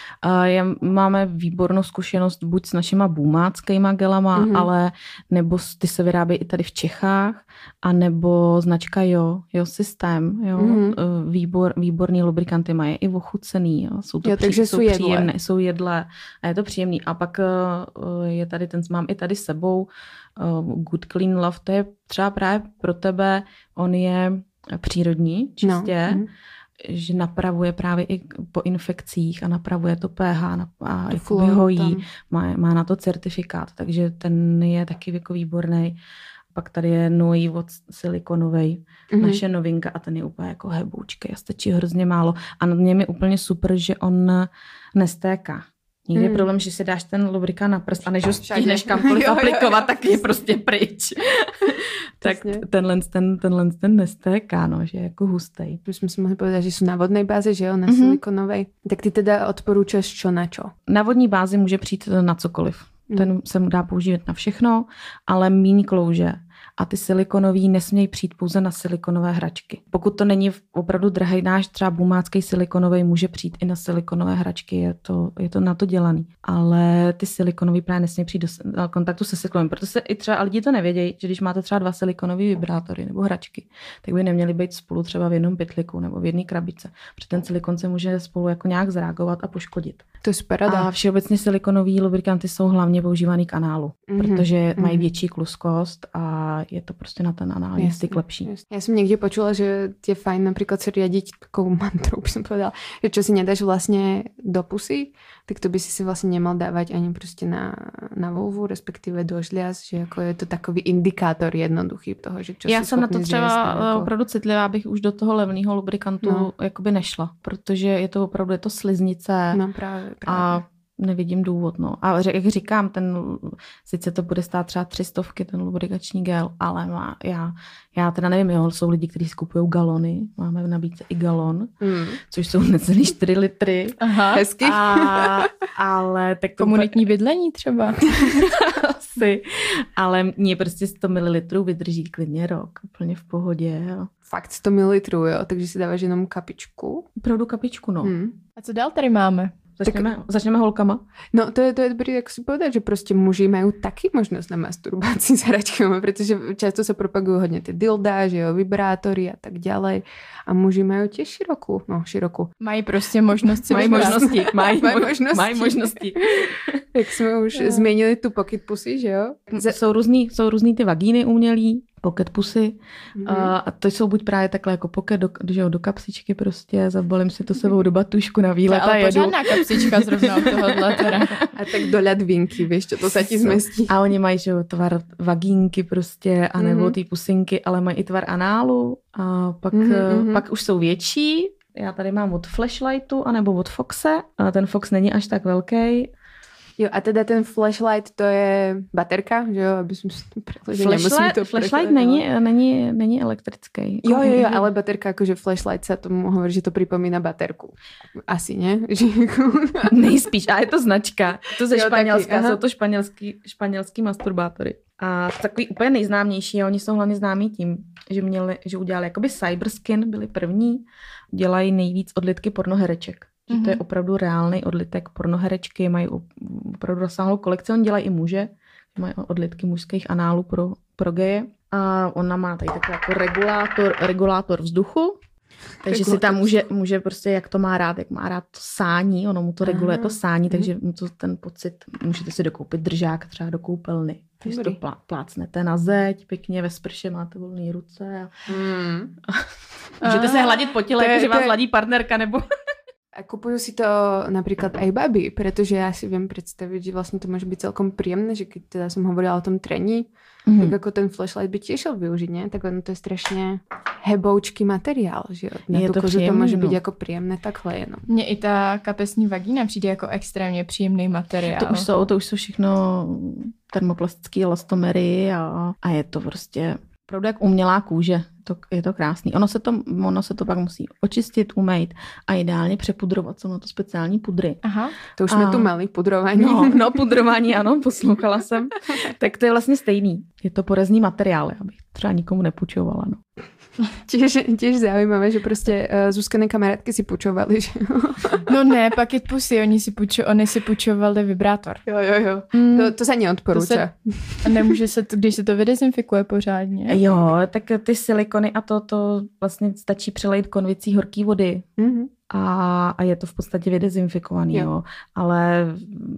Máme výbornou zkušenost buď s našima bůmáckýma gelama, ale nebo ty se vyrábějí i tady v Čechách, a nebo značka Jo systém, jo. Výborný lubrikanty mají i ochucený, jo. Jsou to jsou příjemné, jsou jedlé a je to příjemný. A pak je tady mám i tady s sebou Good Clean Love, to je třeba právě pro tebe, on je přírodní, čistě, že napravuje právě i po infekcích a napravuje to pH a jako vyhojí. Má na to certifikát, takže ten je taky jako výborný. Pak tady je Nuivod silikonovej, naše novinka a ten je úplně jako heboučkej a stačí hrozně málo. A na něm je úplně super, že on nestéká. Někdy je problém, že si dáš ten lubrikant na prst a než ho stihneš kamkoliv aplikovat, tak je prostě pryč. Tak tenhle nestéká, no, že je jako hustej. My jsme si mohli povedať, že jsou na vodnej bázi, že jo, na silikonovej. Tak ty teda odporúčaš čo na čo? Na vodní bázi může přijít na cokoliv. Ten se mu dá používat na všechno, ale míň klouže. a ty silikonový nesmějí přijít pouze na silikonové hračky. Pokud to není opravdu drahý, náš třeba bumácký silikonový může přijít i na silikonové hračky, je to na to dělaný. Ale ty silikonový právě nesmějí přijít do kontaktu se silikonovým, protože se i třeba lidi to nevědějí, že když máte třeba 2 silikonový vibrátory nebo hračky, tak by neměly být spolu třeba v jednom pytliku nebo v jedné krabičce, protože ten silikon se může spolu jako nějak zareagovat a poškodit. To je paráda. A všeobecně silikonový lubrikanty jsou hlavně používaný k análu, protože mají větší kluskost a je to prostě na ten anální styk lepší. Ja som niekde počula, že je fajn napríklad sa riadiť takou mantrou, by som povedala, že čo si nedáš vlastne do pusy, tak to by si vlastne nemal dávať ani proste na vulvu, respektíve do žliaz, že jako je to takový indikátor jednoduchý toho, že čo já si jsem na to třeba jako... opravdu citlivá, abych už do toho levného lubrikantu jakoby nešla, protože je to opravdu sliznice. No právě. A nevidím důvod, no. A jak říkám, sice to bude stát třeba 300, ten lubrikační gel, ale já teda nevím, jsou lidi, kteří skupují galony, máme v nabídce i galon, což jsou necelý 4 litry. Aha, hezky. Ale tak to komunitní bydlení třeba. Asi. Ale mě prostě 100 ml vydrží klidně rok, úplně v pohodě. Jo. Fakt 100 ml, jo? Takže si dáváš jenom kapičku? Opravdu kapičku, no. A co dál tady máme? Začneme holkama? No to je dobrý, jak si povedať, že prostě muži majú taky možnosť na masturbaci s hračkami, pretože často sa propagujú hodne tie dildá, že jo, vibrátory a tak ďalej. A muži majú tiež širokú. Mají prostě možnost si Mají možnosti. Jak jsme už změnili tu pocket pussy, že jo? Jsou různý ty vagíny umělý, pocket pussy. A to jsou buď právě takhle jako pocket do kapsičky prostě, zabalím si to sebou do batušku na výlet a jedu. Ale pořádná kapsička zrovna od tohohle teda. A tak do ľadvinky, víš, čo to sa ti zmestí. A oni mají, že jo, tvar vagínky prostě, anebo ty pusinky, ale mají i tvar análu a pak už jsou větší. Já tady mám od Flashlightu anebo od Foxe. A ten Fox není až tak velký. Jo, a teda ten flashlight, to je baterka, že jo, aby jsme Flashlight není elektrický. Jo, ale baterka, akože flashlight sa tomu hovorí, že to pripomína baterku. Asi, ne? Nejspíš, a je to značka. To ze Španělska, jsou to španělský masturbátory. A takový úplně nejznámější, a oni jsou hlavně známí tím, že udělali jakoby Cyberskin, byli první, dělají nejvíc odlitky pornohereček. Že to je opravdu reálný odlitek pornoherečky, mají opravdu rozsáhlou kolekci, oni dělají i muže, mají odlitky mužských análů pro geje. A ona má tady takový jako regulátor vzduchu, takže si tam může prostě, jak má rád to sání, ono mu to reguluje to sání, takže mu to ten pocit, můžete si dokoupit držák třeba do koupelny. Takže to plácnete na zeď, pěkně ve sprše, máte volné ruce. Můžete se hladit po těle, jakože vás hladí partnerka nebo... A kupujú si to napríklad aj baby, pretože ja si viem predstaviť, že vlastne to môže byť celkom príjemné, že keď teda som hovorila o tom trení, tak ako ten flashlight by tiež šel využiť, ne? Tak ono to je strašne heboučký materiál, že na je to kožu to môže byť jako príjemné takhle jenom. Mně i ta kapesní vagína přijde jako extrémně příjemný materiál. To už jsou všechno termoplastické elastomery a je to prostě opravdu jak umělá kůže. Je to krásný. Ono se to pak musí očistit, umýt a ideálně přepudrovat. Jsou na to speciální pudry. Aha, to už jsme tu mali, pudrování. No, pudrování, ano, poslouchala jsem. Tak to je vlastně stejný. Je to porezný materiál, abych třeba nikomu nepůjčovala, no. Tiež zaujímavé, že prostě Zuzkané kamarátky si půjčovali, že No ne, paket pusy, oni si půjčovali vibrátor. Jo. To se neodporúča. Nemůže se to, když se to vydezinfikuje pořádně. Jo, tak ty silikony a to vlastně stačí přelejt konvicí horký vody. A je to v podstatě vydezinfikovaný, jo. Ale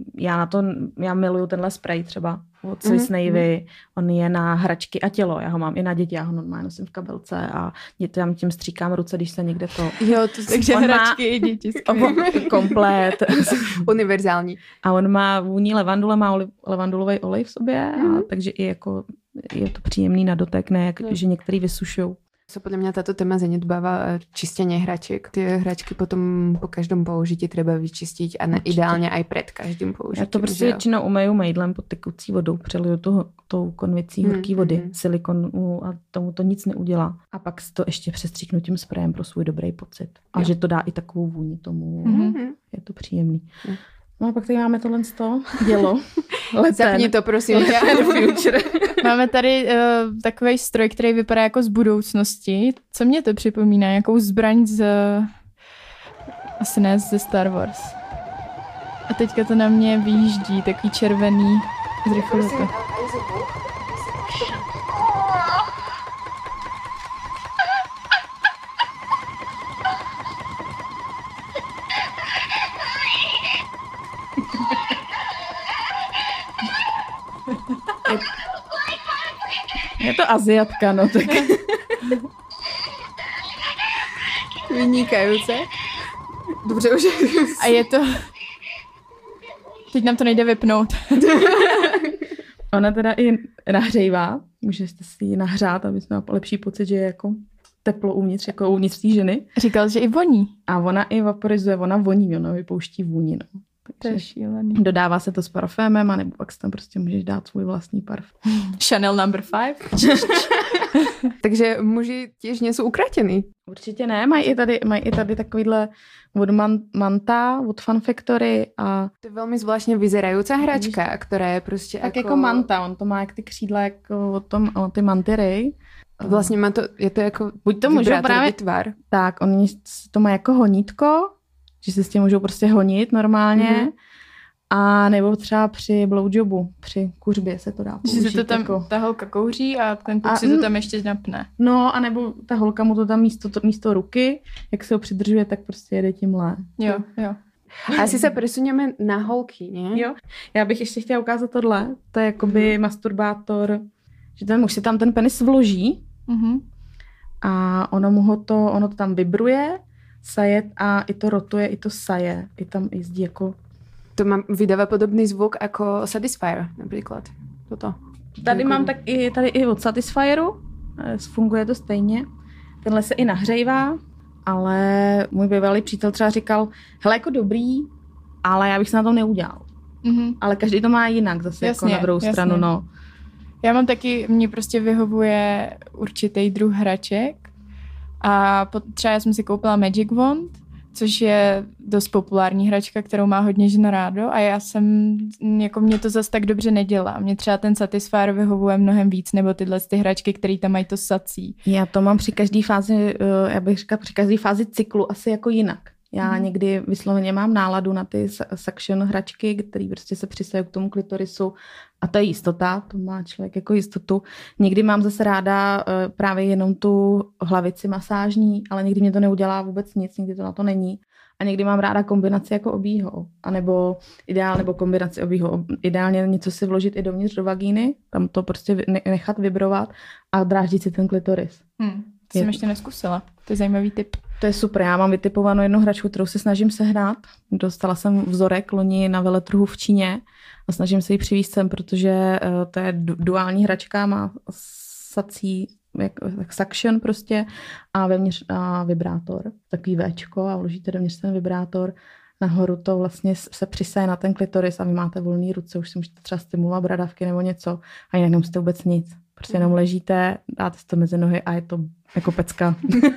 já miluju tenhle spray třeba od Swiss Navy, on je na hračky a tělo, já ho mám i na děti, já ho normálně nosím v kabelce a tam tím stříkám ruce, když se někde to... Jo, takže hračky i děti. Komplet. Univerzální. A on má vůni levandule, má levandulový olej v sobě, a takže i jako je to příjemný na dotek, ne jak, že některý vysušují. Sa podľa mňa táto téma zanedbáva čistenie hračiek. Tie hračky potom po každom použití treba vyčistiť a ideálne aj pred každým použitím. Já to prostě většinou umeju mejdlem pod tekoucí vodou, přeliju tou konvicí horký vody, silikonu a tomu to nic neudělá. A pak to ještě přestříknu tím sprejem pro svůj dobrý pocit. A že to dá i takovou vůni tomu. Je to příjemný. No a pak tady máme tohle dělo. Zapni to, prosím. Máme tady takový stroj, který vypadá jako z budoucnosti. Co mě to připomíná? Jakou zbraň asi ne ze Star Wars. A teďka to na mě vyjíždí, takový červený zrychlovatel. Je to Aziatka, no tak. Vynikající. Dobře, už. A je to... Teď nám to nejde vypnout. Ona teda i nahřejvá. Můžete si ji nahřát, aby jsme měla lepší pocit, že je jako teplo uvnitř, jako uvnitř té ženy. Říkal, že i voní. A ona i vaporizuje, ona voní, ona vypouští vůni, no. To je šílený. Dodává se to s parfémem, anebo pak si tam prostě můžeš dát svůj vlastní parfém. Chanel No. 5. Takže muži těž nejsou ukratěný. Určitě ne, mají i tady takovýhle od Manta, od Fun Factory a... To je velmi zvláštně vyzerající hračka, která je prostě tak jako Manta, on to má jak ty křídla, jako od ty Mantiry. Vlastně má to, je to jako buď to můžou právě tvar. Tak, oni to má jako honítko, že se s tím můžou prostě honit normálně. A nebo třeba při blowjobu, při kuřbě se to dá použít. Že se to tam jako... ta holka kouří a ten kluk si to tam ještě napne. No, a nebo ta holka mu to tam místo ruky, jak se ho přidržuje, tak prostě jede tímhle. Jo. A asi se presuneme na holky, ne? Jo. Já bych ještě chtěla ukázat tohle. To je jakoby masturbátor, že ten muž si tam ten penis vloží a ono to tam vibruje, saje a i to rotuje, i to saje. I tam jezdí jako... To vydává podobný zvuk jako Satisfyer například. Toto. Tady mám tady i od Satisfyeru. Funguje to stejně. Tenhle se i nahřejvá, ale můj bývalý přítel třeba říkal, hele, jako dobrý, ale já bych se na tom neudělal. Ale každý to má jinak zase, jasně, jako na druhou stranu, no. Já mám taky, mě prostě vyhovuje určitý druh hraček a třeba já jsem si koupila Magic Wand, což je dost populární hračka, kterou má hodně žen rádo a já jsem, jako mě to zase tak dobře nedělá. Mě třeba ten Satisfyer vyhovuje mnohem víc, nebo tyhle ty hračky, které tam mají to sací. Já to mám při každé fázi, já bych říkala při každé fázi cyklu asi jako jinak. Já někdy vysloveně mám náladu na ty suction hračky, které prostě se přisají k tomu klitorisu a to je jistota, to má člověk jako jistotu. Někdy mám zase ráda právě jenom tu hlavici masážní, ale někdy mě to neudělá vůbec nic, někdy to na to není. A někdy mám ráda kombinaci jako obího, anebo nebo kombinaci obího. Ideálně něco si vložit i dovnitř do vagíny, tam to prostě nechat vibrovat a dráždit si ten klitoris. To jsem ještě neskusila. To je zajímavý tip. To je super. Já mám vytipovanou jednu hračku, kterou se snažím sehnat. Dostala jsem vzorek loni na veletrhu v Číně a snažím se ji přivést sem, protože to je duální hračka, má sací suction prostě a vevnitř vibrátor, takový Včko a vložíte dovnitř ten vibrátor. Nahoru to vlastně se přisaje na ten klitoris a vy máte volné ruce, už si můžete třeba stimulovat bradavky nebo něco a jinak nemusíte vůbec nic. Prostě jenom ležíte, dáte si to mezi nohy a je to jako pecka.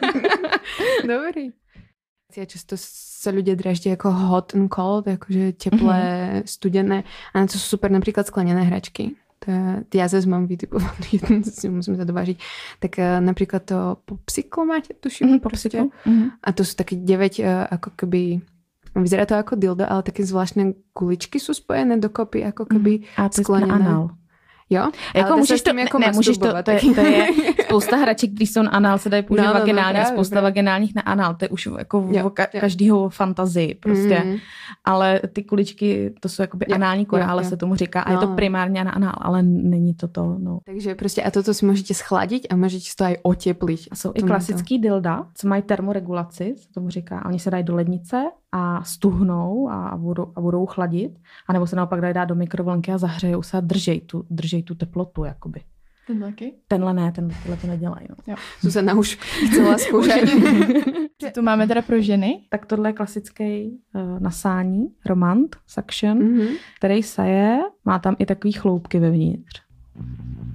Dobrý. Často se lidé draždí jako hot and cold, jakože teplé, studené a na to jsou super například skleněné hračky. Já zase mám vytipovaný, si musím to dovážiť. Tak napríklad to popsiklo máte, tuším. Popsiklo. A to sú také 9 ako keby, vyzerá to ako dildo, ale také zvláštne kuličky sú spojené dokopy, ako keby a to skleněné. A to je anal. Jo? Jako můžeš to, jako nemůžeš to je spousta hraček, když jsou na anal, se dají použít vaginálně a spousta vaginálních na anal. To je už jako každýho fantazii prostě. Ale ty kuličky, to jsou jakoby anální korále, se tomu říká. A je to primárně na anal, ale není to to. No. Takže prostě a toto si můžete schladiť a můžete to aj otepliť. A jsou i klasický dilda, co mají termoregulaci, se tomu říká. A oni se dají do lednice a stuhnou a budou chladit. A nebo se naopak dají dát do mikrovlnky a zahřejou se a držej tu teplotu, jakoby. Tenhle ne, tenhle to nedělají. No. Zuzana už chcela zkoušet. Co tu máme teda pro ženy? Tak tohle je klasický nasání, romant, suction, který saje, má tam i takový chloupky vevnitř.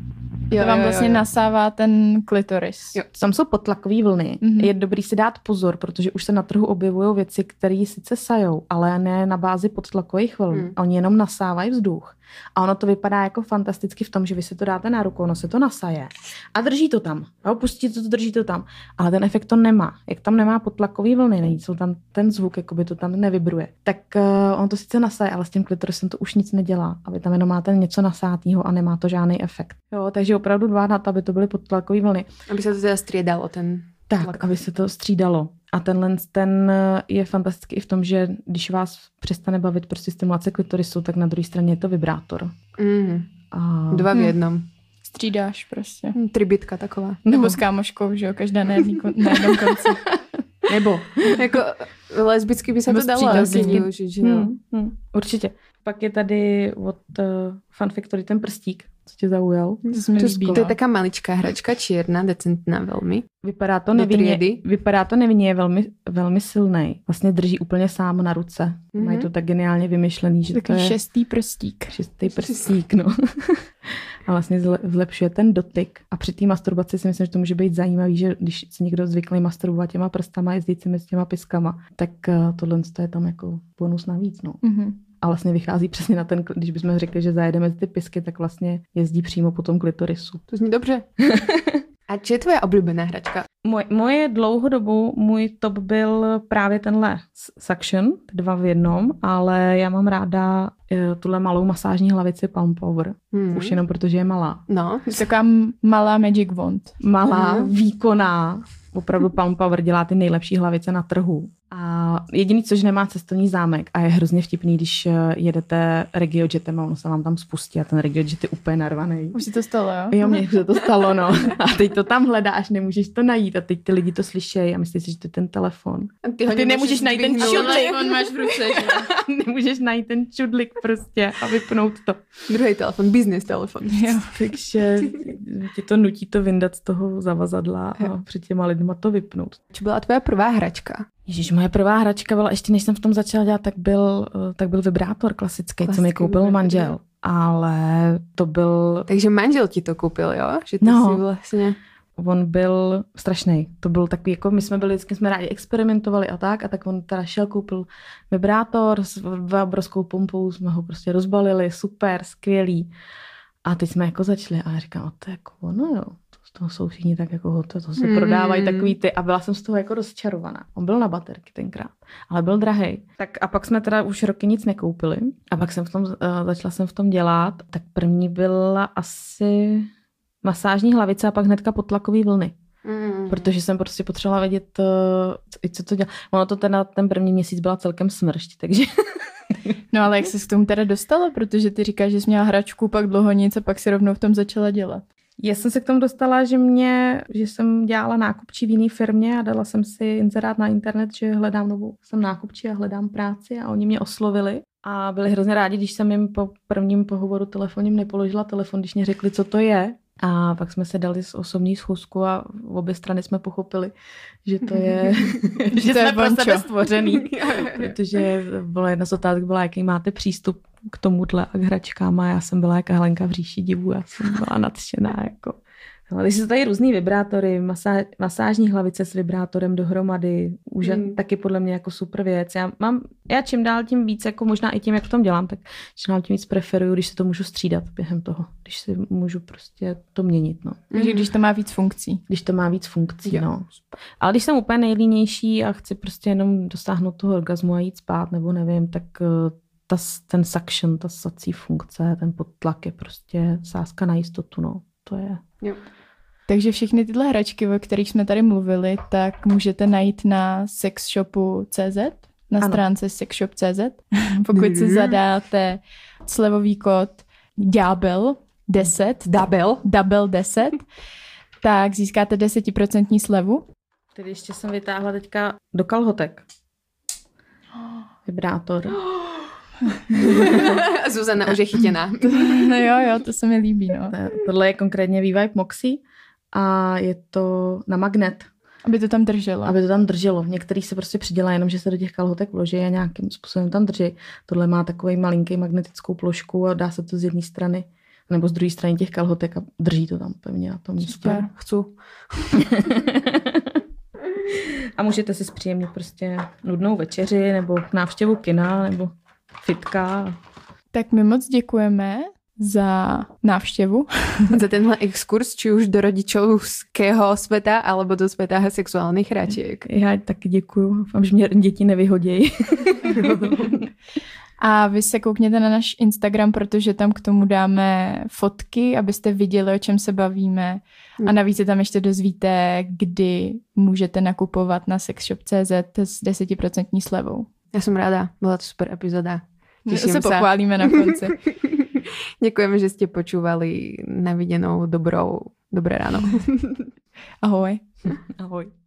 To vám vlastně nasává ten klitoris. Jo. Tam jsou podtlakové vlny. Je dobrý si dát pozor, protože už se na trhu objevují věci, které sice sajou, ale ne na bázi podtlakových vln. Oni jenom nasávají vzduch. A ono to vypadá jako fantasticky v tom, že vy si to dáte na ruku, ono se to nasaje a drží to tam. A pustíte to, drží to tam. Ale ten efekt to nemá. Jak tam nemá podtlakové vlny, nejsou tam ten zvuk, jakoby to tam nevibruje. Tak on to sice nasaje, ale s tím klitorisem to už nic nedělá. A vy tam jenom máte něco nasátýho a nemá to žádný efekt. Jo, takže opravdu dbát na to, aby to byly podtlakové vlny. Aby se to teda střídalo ten tak, aby se to střídalo. A ten je fantastický i v tom, že když vás přestane bavit prostě stimulace klitorisu, tak na druhé straně je to vibrátor. A... 2 v 1. Střídáš prostě. Tribitka taková. Nebo s kámoškou, že jo, každá na jednom konci. Nebo. Jako lesbicky by se to dalo asi využít, že jo. Určitě. Pak je tady od Fun Factory ten prstík, co tě zaujal. To je taká maličká hračka, čierna, decentná velmi. Vypadá to nevinně, je velmi, velmi silnej. Vlastně drží úplně sám na ruce. Mají to tak geniálně vymyšlený, že takový to je... 6. prstík. 6. prstík, no. A vlastně zlepšuje ten dotyk. A při té masturbaci si myslím, že to může být zajímavý, že když se někdo zvyklý masturbovat těma prstama, jezdit si mezi těma piskama, tak tohle je tam jako bonus navíc, no. A vlastně vychází přesně na ten, když bychom řekli, že zajedeme ty pisky, tak vlastně jezdí přímo po tom klitorisu. To zní dobře. A co je tvoje oblíbená hračka? Moje dlouhodobu, můj top byl právě tenhle Suction, 2 v 1, ale já mám ráda tuhle malou masážní hlavici Palm Power. Už jenom protože je malá. No. Taková malá Magic Wand. Malá, výkonná. Opravdu Palm Power dělá ty nejlepší hlavice na trhu. A jediný, což nemá cestovní zámek a je hrozně vtipný, když jedete RegioJetem a ono se vám tam spustí a ten RegioJet je úplně narvaný. Už si to stalo, jo? Jo, mně se to stalo, no. A teď to tam hledáš, nemůžeš to najít a teď ty lidi to slyšejí a myslí si, že to je ten telefon. A ty nemůžeš najít ten čudlik. On máš v ruce, že? Nemůžeš najít ten čudlik prostě a vypnout to. Druhý telefon, business telefon. Jo. Takže tě to nutí to vyndat z toho zavazadla a před těma lidma to vypnout. Co byla tvoje prvá hračka? Ježíš, moje prvá hračka byla, ještě než jsem v tom začala dělat, tak byl vibrátor klasický, co mi koupil manžel. Ale to byl... Takže manžel ti to koupil, jo? Že ty si vlastně... On byl strašný. To byl takový, jako my jsme rádi experimentovali a tak on teda šel, koupil vibrátor s obrovskou pompou, jsme ho prostě rozbalili, super, skvělý. A teď jsme jako začali a já říkám, to je jako ono, jo. To jsou všichni tak jako to se prodávají takový ty a byla jsem z toho jako rozčarovaná. On byl na baterky tenkrát, ale byl drahej. Tak a pak jsme teda už roky nic nekoupili a pak začala jsem v tom dělat. Tak první byla asi masážní hlavice a pak hnedka podtlakový vlny. Protože jsem prostě potřebovala vědět, co to dělá. Ono to ten první měsíc byla celkem smršť, takže... No ale jak se k tomu teda dostala? Protože ty říkáš, že jsi měla hračku, pak dlouho nic a pak si rovnou v tom začala dělat. Já jsem se k tomu dostala, že jsem dělala nákupčí v jiné firmě a dala jsem si inzerát na internet, že jsem nákupčí a hledám práci a oni mě oslovili a byli hrozně rádi, když jsem jim po prvním pohovoru telefonním nepoložila telefon, když mě řekli, co to je. A pak jsme se dali osobní schůzku a obě strany jsme pochopili, že to je, že jsme pro sebe stvořený. Protože byla jedna z otázek, jaký máte přístup k tomuhle a k hračkám a já jsem byla jako Helenka v říši divů, já jsem byla nadšená. Jako. Ale jsou tady různý vibrátory, masážní hlavice s vibrátorem dohromady, už taky podle mě jako super věc. Já čím dál tím víc, jako možná i tím, jak v tom dělám, tak čím dál tím víc preferuju, když se to můžu střídat během toho, když si můžu prostě to měnit. No. Takže když to má víc funkcí. Když to má víc funkcí, no. Ale když jsem úplně nejlínější a chci prostě jenom dosáhnout toho orgazmu a jít spát, nebo nevím, tak ten suction, ta sací funkce, ten podtlak je prostě sázka na jistotu, no. To je... Jo. Takže všechny tyhle hračky, o kterých jsme tady mluvili, tak můžete najít na sexshopu.cz, na stránce sexshop.cz. Pokud si zadáte slevový kód DABEL 10, tak získáte 10% slevu. Tedy ještě jsem vytáhla teďka do kalhotek. Vibrátor. Zuzana už je chytěná. No jo, to se mi líbí. No. Tohle je konkrétně V-Vibe Moxie a je to na magnet. Aby to tam drželo. Aby to tam drželo. Některý se prostě přidělá jenom, že se do těch kalhotek vloží a nějakým způsobem tam drží. Tohle má takový malinký magnetickou plošku a dá se to z jedné strany nebo z druhé strany těch kalhotek a drží to tam pevně na tom místě. Super, chcu. A můžete si zpříjemnit prostě nudnou večeři nebo návštěvu kina nebo fitka. Tak my moc děkujeme za návštěvu. Za tenhle exkurs, či už do rodičovského světa, alebo do světa sexuálních hračiek. Já taky děkuju. Doufám, že mě děti nevyhodějí. A vy se koukněte na náš Instagram, protože tam k tomu dáme fotky, abyste viděli, o čem se bavíme. A navíc se tam ještě dozvíte, kdy můžete nakupovat na sexshop.cz s 10% slevou. Já jsem ráda, byla to super epizoda. Těším se. Pochválíme na konci. Děkujeme, že jste počúvali. Na viděnou, dobré ráno. Ahoj. Ahoj.